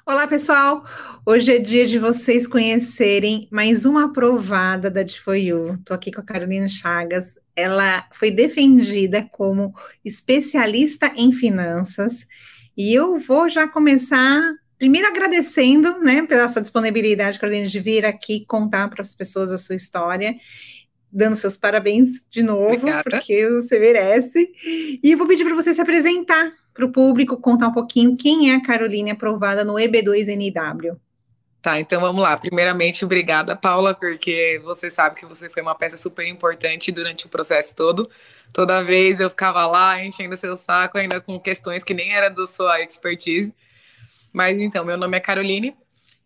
Olá, pessoal! Hoje é dia de vocês conhecerem mais uma aprovada da D4U. Estou aqui com a Carolina Chagas. Ela foi defendida como especialista em finanças e eu vou já começar primeiro agradecendo, né, pela sua disponibilidade, Carolina, de vir aqui contar para as pessoas a sua história, dando seus parabéns de novo, Obrigada. porque você merece. E eu vou pedir para você se apresentar para o público, contar um pouquinho quem é a Caroline aprovada no EB2NW. Tá, então vamos lá. Primeiramente, obrigada, Paula, porque você sabe que você foi uma peça super importante durante o processo todo. Toda vez eu ficava lá enchendo seu saco, ainda com questões que nem era da sua expertise. Mas então, meu nome é Caroline,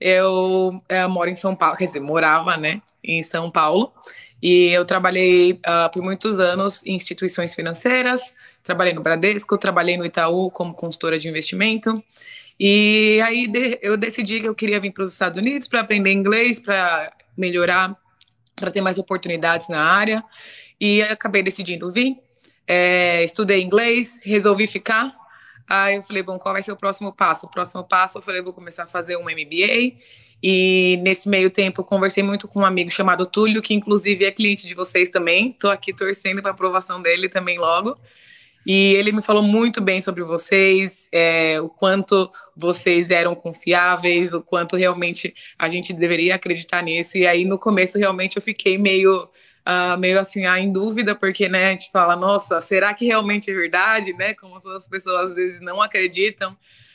eu moro em São Paulo, quer dizer, morava, né, em São Paulo, e eu trabalhei por muitos anos em instituições financeiras, trabalhei no Bradesco, trabalhei no Itaú como consultora de investimento. E aí eu decidi que eu queria vir para os Estados Unidos para aprender inglês, para melhorar, para ter mais oportunidades na área. E acabei decidindo vir. Estudei inglês, resolvi ficar. Aí eu falei, bom, qual vai ser o próximo passo? O próximo passo, eu falei, vou começar a fazer um MBA. E nesse meio tempo, eu conversei muito com um amigo chamado Túlio, que inclusive é cliente de vocês também. Estou aqui torcendo para a aprovação dele também logo. E ele me falou muito bem sobre vocês, o quanto vocês eram confiáveis, o quanto realmente a gente deveria acreditar nisso. E aí, no começo, realmente eu fiquei meio assim, em dúvida, porque, né, a gente fala, nossa, será que realmente é verdade, né? Como todas as pessoas às vezes não acreditam.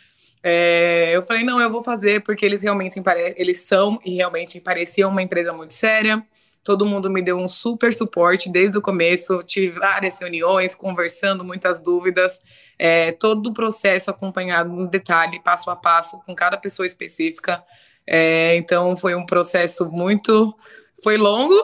Eu falei, não, eu vou fazer, porque eles são e realmente pareciam uma empresa muito séria. Todo mundo me deu um super suporte desde o começo. Tive várias reuniões, conversando, muitas dúvidas. Todo o processo acompanhado no detalhe, passo a passo, com cada pessoa específica. Então, foi um processo muito... Foi longo,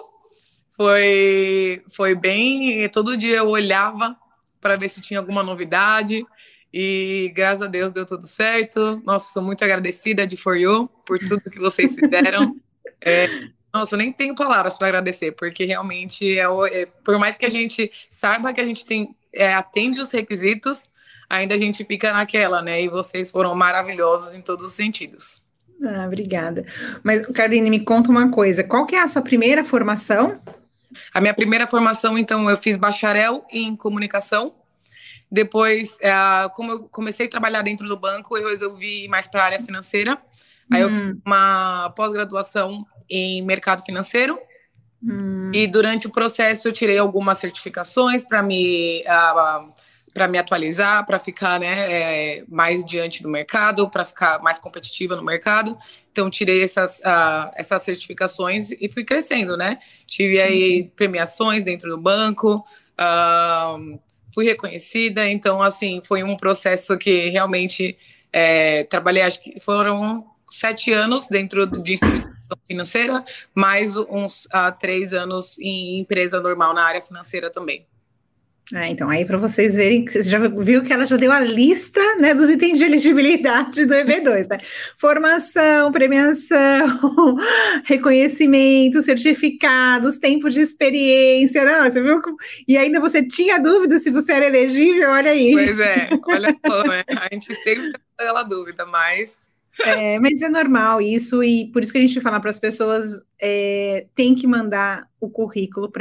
foi bem... Todo dia eu olhava para ver se tinha alguma novidade. E graças a Deus deu tudo certo. Nossa, sou muito agradecida de For You por tudo que vocês fizeram. Nossa, eu nem tenho palavras para agradecer, porque realmente por mais que a gente saiba que a gente atende os requisitos, ainda a gente fica naquela, né? E vocês foram maravilhosos em todos os sentidos. Ah, obrigada. Mas, Caroline, me conta uma coisa. Qual que é a sua primeira formação? A minha primeira formação, então, eu fiz bacharel em comunicação. Depois, como eu comecei a trabalhar dentro do banco, eu resolvi ir mais para a área financeira. Aí eu fiz Hum, uma pós-graduação em mercado financeiro. E hum, durante o processo eu tirei algumas certificações para me atualizar, para ficar, né, mais diante do mercado, para ficar mais competitiva no mercado. Então tirei essas certificações e fui crescendo, né? Tive entendi. aí premiações dentro do banco, ah, fui reconhecida. Então, assim, foi um processo que realmente trabalhei, acho que foram 7 anos dentro de instituição financeira, mais uns 3 anos em empresa normal na área financeira também. Ah, então, aí para vocês verem, que você já viu que ela já deu a lista, né, dos itens de elegibilidade do EB2, né? Formação, premiação, reconhecimento, certificados, tempo de experiência, não, você viu? E ainda você tinha dúvida se você era elegível, olha aí. Pois é, olha só, né? A gente sempre fica com aquela dúvida, mas Mas é normal isso, e por isso que a gente fala para as pessoas, tem que mandar o currículo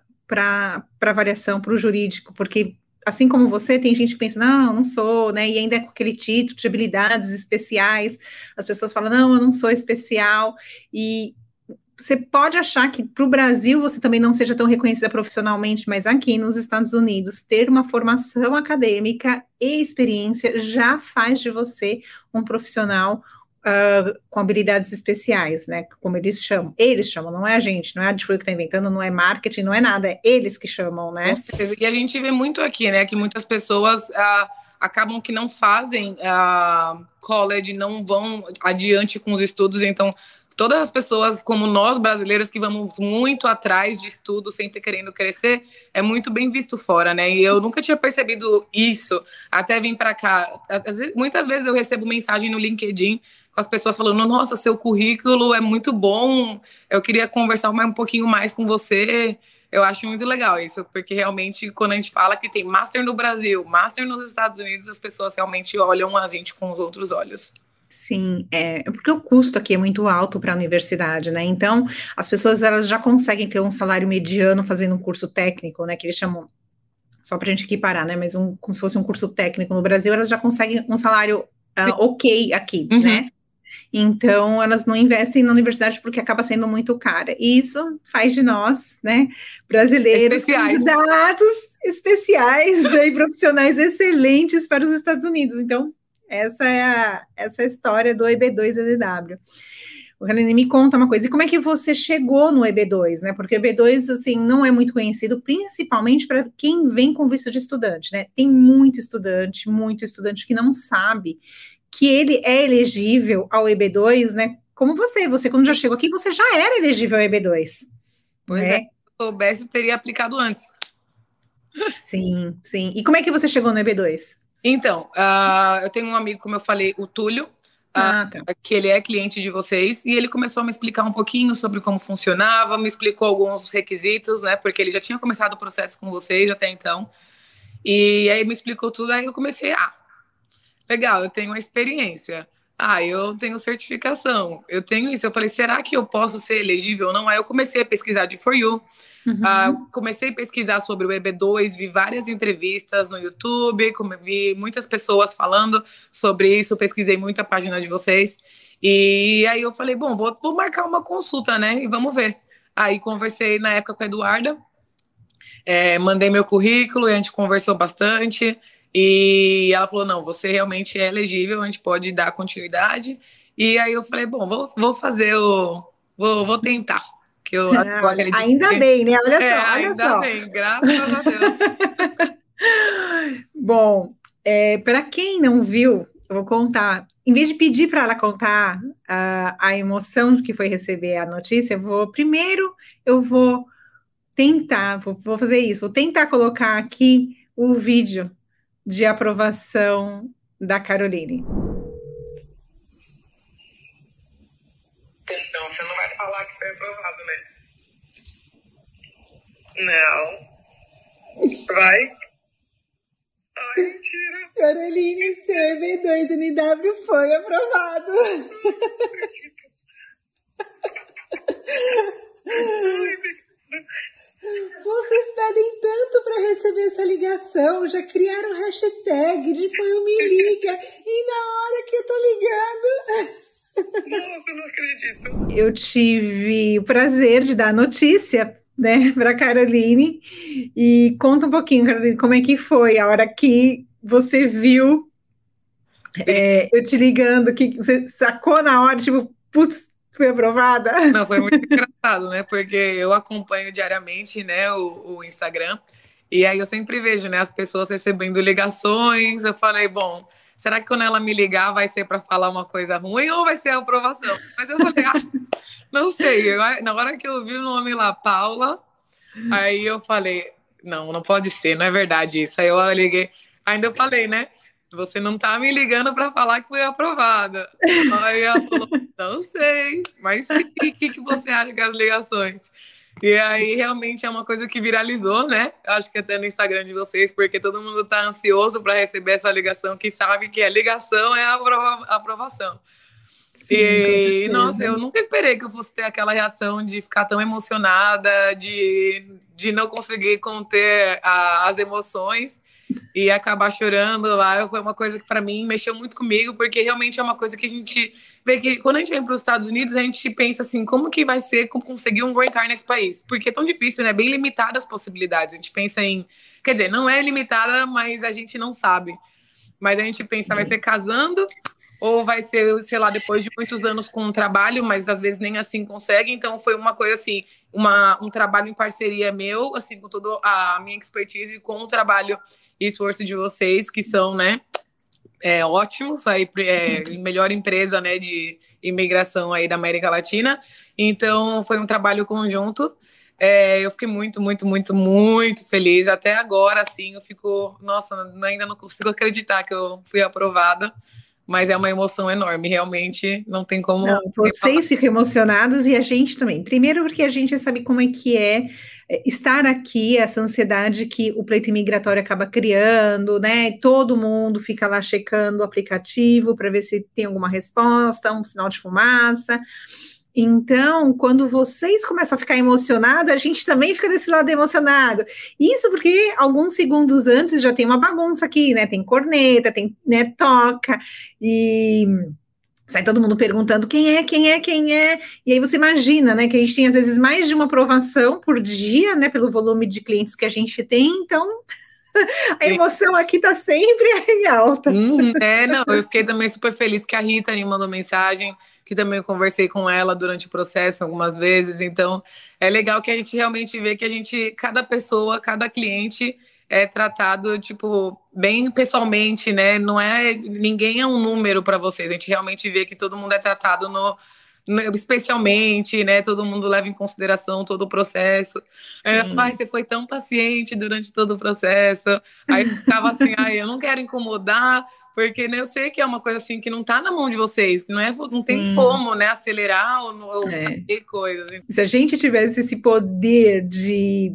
para avaliação, para o jurídico, porque assim como você, tem gente que pensa, não, eu não sou, né? E ainda é com aquele título de habilidades especiais, as pessoas falam, não, eu não sou especial, e você pode achar que para o Brasil você também não seja tão reconhecida profissionalmente, mas aqui nos Estados Unidos, ter uma formação acadêmica e experiência já faz de você um profissional com habilidades especiais, né? Como eles chamam. Eles chamam, não é a gente, não é a Adfrio que está inventando, não é marketing, não é nada, é eles que chamam, com né? certeza. E a gente vê muito aqui, né, que muitas pessoas acabam que não fazem college, não vão adiante com os estudos, então todas as pessoas como nós brasileiros que vamos muito atrás de estudo, sempre querendo crescer, é muito bem visto fora, né? E eu nunca tinha percebido isso até vir para cá. Muitas vezes eu recebo mensagem no LinkedIn com as pessoas falando: "Nossa, seu currículo é muito bom. Eu queria conversar mais um pouquinho mais com você." Eu acho muito legal isso, porque realmente quando a gente fala que tem master no Brasil, master nos Estados Unidos, as pessoas realmente olham a gente com os outros olhos. Sim, é porque o custo aqui é muito alto para a universidade, né? Então, as pessoas elas já conseguem ter um salário mediano fazendo um curso técnico, né? Que eles chamam, só para a gente equiparar, né? Mas como se fosse um curso técnico no Brasil, elas já conseguem um salário Sim. ok aqui, Uhum. né? Então, elas não investem na universidade porque acaba sendo muito cara. E isso faz de nós, né, brasileiros, Especiais. candidatos especiais, né, e profissionais excelentes para os Estados Unidos. Então, essa é a história do EB2-NW. O Helene, me conta uma coisa, e como é que você chegou no EB2, né? Porque o EB2, assim, não é muito conhecido, principalmente para quem vem com visto de estudante, né? Tem muito estudante que não sabe que ele é elegível ao EB2, né? Como você quando já Sim. chegou aqui, você já era elegível ao EB2, Pois é, né? se eu soubesse, teria aplicado antes. Sim, sim. E como é que você chegou no EB2? Então, eu tenho um amigo, como eu falei, o Túlio, Ah, tá. que ele é cliente de vocês, e ele começou a me explicar um pouquinho sobre como funcionava, me explicou alguns requisitos, né? Porque ele já tinha começado o processo com vocês até então. E aí me explicou tudo, aí eu comecei, legal, eu tenho uma experiência. Eu tenho certificação, eu tenho isso. Eu falei, será que eu posso ser elegível ou não? Aí eu comecei a pesquisar de For You, Uhum. comecei a pesquisar sobre o EB2, vi várias entrevistas no YouTube, vi muitas pessoas falando sobre isso, pesquisei muito a página de vocês. E aí eu falei, bom, vou marcar uma consulta, né? E vamos ver. Aí conversei na época com a Eduarda, mandei meu currículo e a gente conversou bastante. E ela falou: não, você realmente é elegível, a gente pode dar continuidade. E aí eu falei: bom, vou fazer o. Vou tentar. Que eu Olha, acredito ainda que. bem, né? Olha só, olha Ainda só. bem, graças a Deus. Bom, para quem não viu, eu vou contar. Em vez de pedir para ela contar a emoção que foi receber a notícia, eu vou tentar, vou fazer isso, vou tentar colocar aqui o vídeo de aprovação da Caroline. Então, você não vai falar que foi aprovado, né? Não. Vai? Ai, mentira. Caroline, seu EB2-NW foi aprovado. Vocês pedem tanto para receber essa ligação, já criaram hashtag de foi o Me Liga, e na hora que eu tô ligando... Nossa, eu não acredito. Eu tive o prazer de dar a notícia, né, para Caroline, e conta um pouquinho, Caroline, como é que foi a hora que você viu eu te ligando, que você sacou na hora, tipo, putz, fui aprovada? Não, foi muito engraçado, né? Porque eu acompanho diariamente, né, o Instagram, e aí eu sempre vejo, né, as pessoas recebendo ligações. Eu falei, bom, será que quando ela me ligar vai ser para falar uma coisa ruim ou vai ser a aprovação? Mas eu falei, não sei. Na hora que eu vi o nome lá, Paula, aí eu falei, não pode ser, não é verdade isso. Aí eu liguei, ainda eu falei, né? Você não tá me ligando para falar que foi aprovada. Aí ela falou, não sei, mas sim, o que você acha das ligações? E aí realmente é uma coisa que viralizou, né? Acho que até no Instagram de vocês, porque todo mundo tá ansioso para receber essa ligação, que sabe que a ligação é a aprovação. Sim, com E, nossa, certeza. eu nunca esperei que eu fosse ter aquela reação de ficar tão emocionada, de não conseguir conter as emoções e acabar chorando lá. Foi uma coisa que, para mim, mexeu muito comigo, porque realmente é uma coisa que a gente vê que, quando a gente vem para os Estados Unidos, a gente pensa assim: como que vai ser conseguir um green card nesse país? Porque é tão difícil, né? Bem limitada as possibilidades. A gente pensa em. Quer dizer, não é limitada, mas a gente não sabe. Mas a gente pensa, vai ser casando ou vai ser, sei lá, depois de muitos anos com um trabalho, mas às vezes nem assim consegue. Então foi uma coisa assim, um trabalho em parceria meu, assim, com toda a minha expertise, com o trabalho e esforço de vocês, que são, né, ótimos, aí, melhor empresa, né, de imigração aí da América Latina. Então foi um trabalho conjunto. Eu fiquei muito, muito, muito, muito feliz. Até agora, assim, eu fico, nossa, ainda não consigo acreditar que eu fui aprovada. mas é uma emoção enorme, realmente não tem Não, como vocês ficam emocionadas e a gente também. Primeiro, porque a gente sabe como é que é estar aqui, essa ansiedade que o pleito imigratório acaba criando, né? Todo mundo fica lá checando o aplicativo para ver se tem alguma resposta, um sinal de fumaça. Então, quando vocês começam a ficar emocionados, a gente também fica desse lado emocionado. Isso porque alguns segundos antes já tem uma bagunça aqui, né? Tem corneta, tem, né, toca, e sai todo mundo perguntando quem é, quem é, quem é. E aí você imagina, né, que a gente tem às vezes mais de uma aprovação por dia, né, pelo volume de clientes que a gente tem. Então, a emoção aqui tá sempre em alta. Não, eu fiquei também super feliz que a Rita me mandou mensagem, que também eu conversei com ela durante o processo algumas vezes. Então, é legal que a gente realmente vê que cada pessoa, cada cliente é tratado, tipo, bem pessoalmente, né? Não é, ninguém é um número para vocês. A gente realmente vê que todo mundo é tratado especialmente, né? Todo mundo leva em consideração todo o processo. Aí eu falo, você foi tão paciente durante todo o processo. Aí eu ficava assim, eu não quero incomodar, porque né, eu sei que é uma coisa assim que não está na mão de vocês, não tem como, né, acelerar ou saber coisas. Se a gente tivesse esse poder de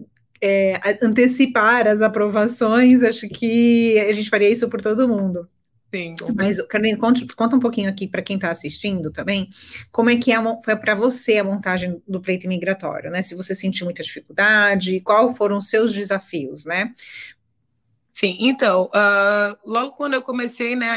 antecipar as aprovações, acho que a gente faria isso por todo mundo. Sim. Mas, Carolina, conta um pouquinho aqui para quem está assistindo também, como é que foi para você a montagem do pleito imigratório, né? Se você sentiu muita dificuldade, quais foram os seus desafios, né? Sim, então, logo quando eu comecei, né,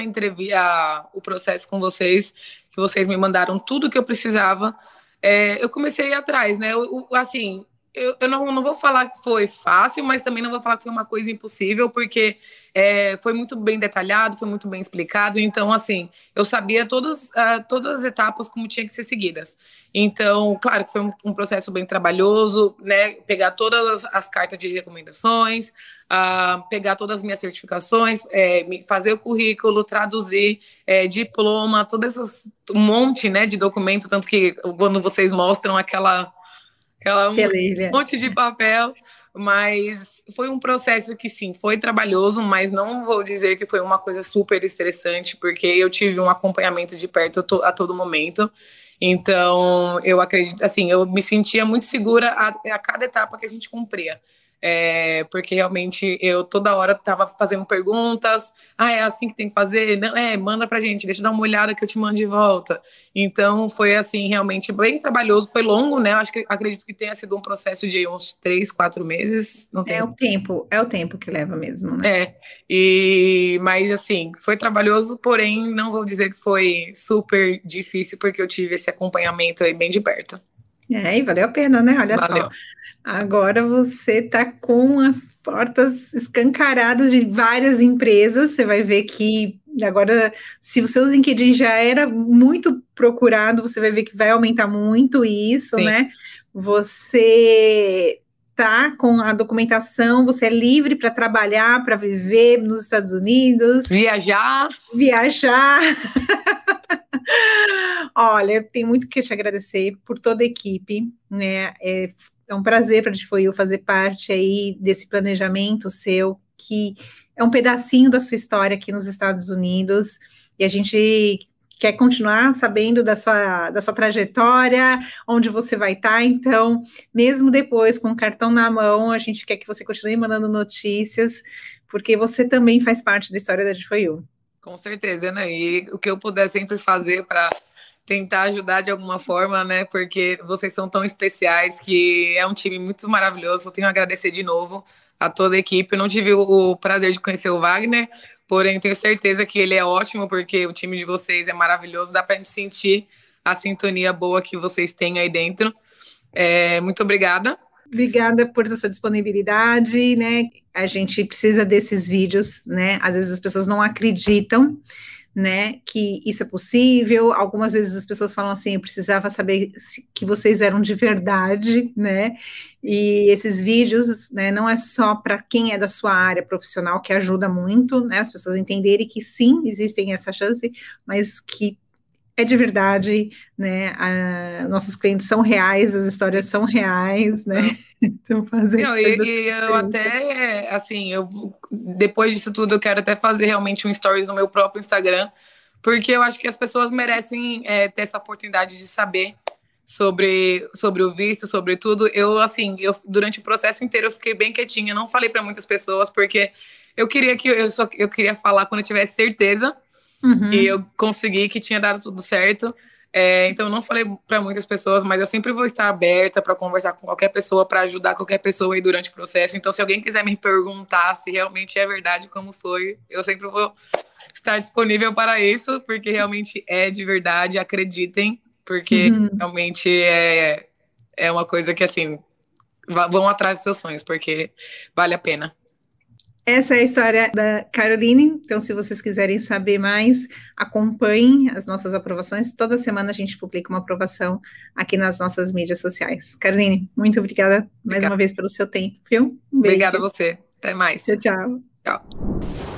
o processo com vocês, que vocês me mandaram tudo que eu precisava, eu comecei a ir atrás, né? Assim, eu não vou falar que foi fácil, mas também não vou falar que foi uma coisa impossível, porque foi muito bem detalhado, foi muito bem explicado. Então, assim, eu sabia todas as etapas como tinha que ser seguidas. Então, claro que foi um processo bem trabalhoso, né? Pegar todas as cartas de recomendações, pegar todas as minhas certificações, fazer o currículo, traduzir, diploma, um monte, né, de documento, tanto que quando vocês mostram um monte de papel, mas foi um processo que sim, foi trabalhoso, mas não vou dizer que foi uma coisa super estressante, porque eu tive um acompanhamento de perto a todo momento. Então, eu acredito, assim, eu me sentia muito segura a cada etapa que a gente cumpria. Porque realmente eu toda hora estava fazendo perguntas, é assim que tem que fazer? Não, manda pra gente, deixa eu dar uma olhada que eu te mando de volta. Então foi assim, realmente bem trabalhoso, foi longo, né? Acredito que tenha sido um processo de uns 3, 4 meses. Não tenho... É o tempo que leva mesmo, né? Mas assim, foi trabalhoso, porém não vou dizer que foi super difícil, porque eu tive esse acompanhamento aí bem de perto. E valeu a pena, né? Olha só. Agora você está com as portas escancaradas de várias empresas. Você vai ver que agora, se o seu LinkedIn já era muito procurado, você vai ver que vai aumentar muito isso, sim, né? Você tá com a documentação, você é livre para trabalhar, para viver nos Estados Unidos. Viajar. Olha, eu tenho muito que te agradecer por toda a equipe, né? É um prazer para a gente fazer parte aí desse planejamento seu, que é um pedacinho da sua história aqui nos Estados Unidos, e a gente quer continuar sabendo da sua trajetória, onde você vai estar. Então, mesmo depois, com o cartão na mão, a gente quer que você continue mandando notícias, porque você também faz parte da história da G4U. Com certeza, né? E o que eu puder sempre fazer para tentar ajudar de alguma forma, né? Porque vocês são tão especiais, que é um time muito maravilhoso. Eu tenho a agradecer de novo a toda a equipe. Eu não tive o prazer de conhecer o Wagner, porém tenho certeza que ele é ótimo, porque o time de vocês é maravilhoso. Dá para a gente sentir a sintonia boa que vocês têm aí dentro. Muito obrigada. Obrigada por sua disponibilidade, né? A gente precisa desses vídeos, né? Às vezes as pessoas não acreditam, né, que isso é possível. Algumas vezes as pessoas falam assim, eu precisava saber que vocês eram de verdade, né, e esses vídeos, né, não é só para quem é da sua área profissional, que ajuda muito, né, as pessoas entenderem que sim, existem essa chance, mas que é de verdade, né, nossos clientes são reais, as histórias são reais, né, então eu até, assim, depois disso tudo, eu quero até fazer realmente um stories no meu próprio Instagram, porque eu acho que as pessoas merecem ter essa oportunidade de saber sobre o visto, sobre tudo. Eu, assim, durante o processo inteiro eu fiquei bem quietinha, não falei para muitas pessoas, porque eu queria eu queria falar quando eu tivesse certeza e eu consegui que tinha dado tudo certo. Então eu não falei para muitas pessoas, mas eu sempre vou estar aberta para conversar com qualquer pessoa, para ajudar qualquer pessoa aí durante o processo. Então, se alguém quiser me perguntar se realmente é verdade como foi, eu sempre vou estar disponível para isso, porque realmente é de verdade, acreditem, porque realmente é uma coisa que, assim, vão atrás dos seus sonhos, porque vale a pena. Essa é a história da Caroline. Então, se vocês quiserem saber mais, acompanhem as nossas aprovações. Toda semana a gente publica uma aprovação aqui nas nossas mídias sociais. Caroline, muito obrigada mais uma vez pelo seu tempo, viu? Um beijo. Obrigada a você. Até mais. Tchau, tchau. Tchau.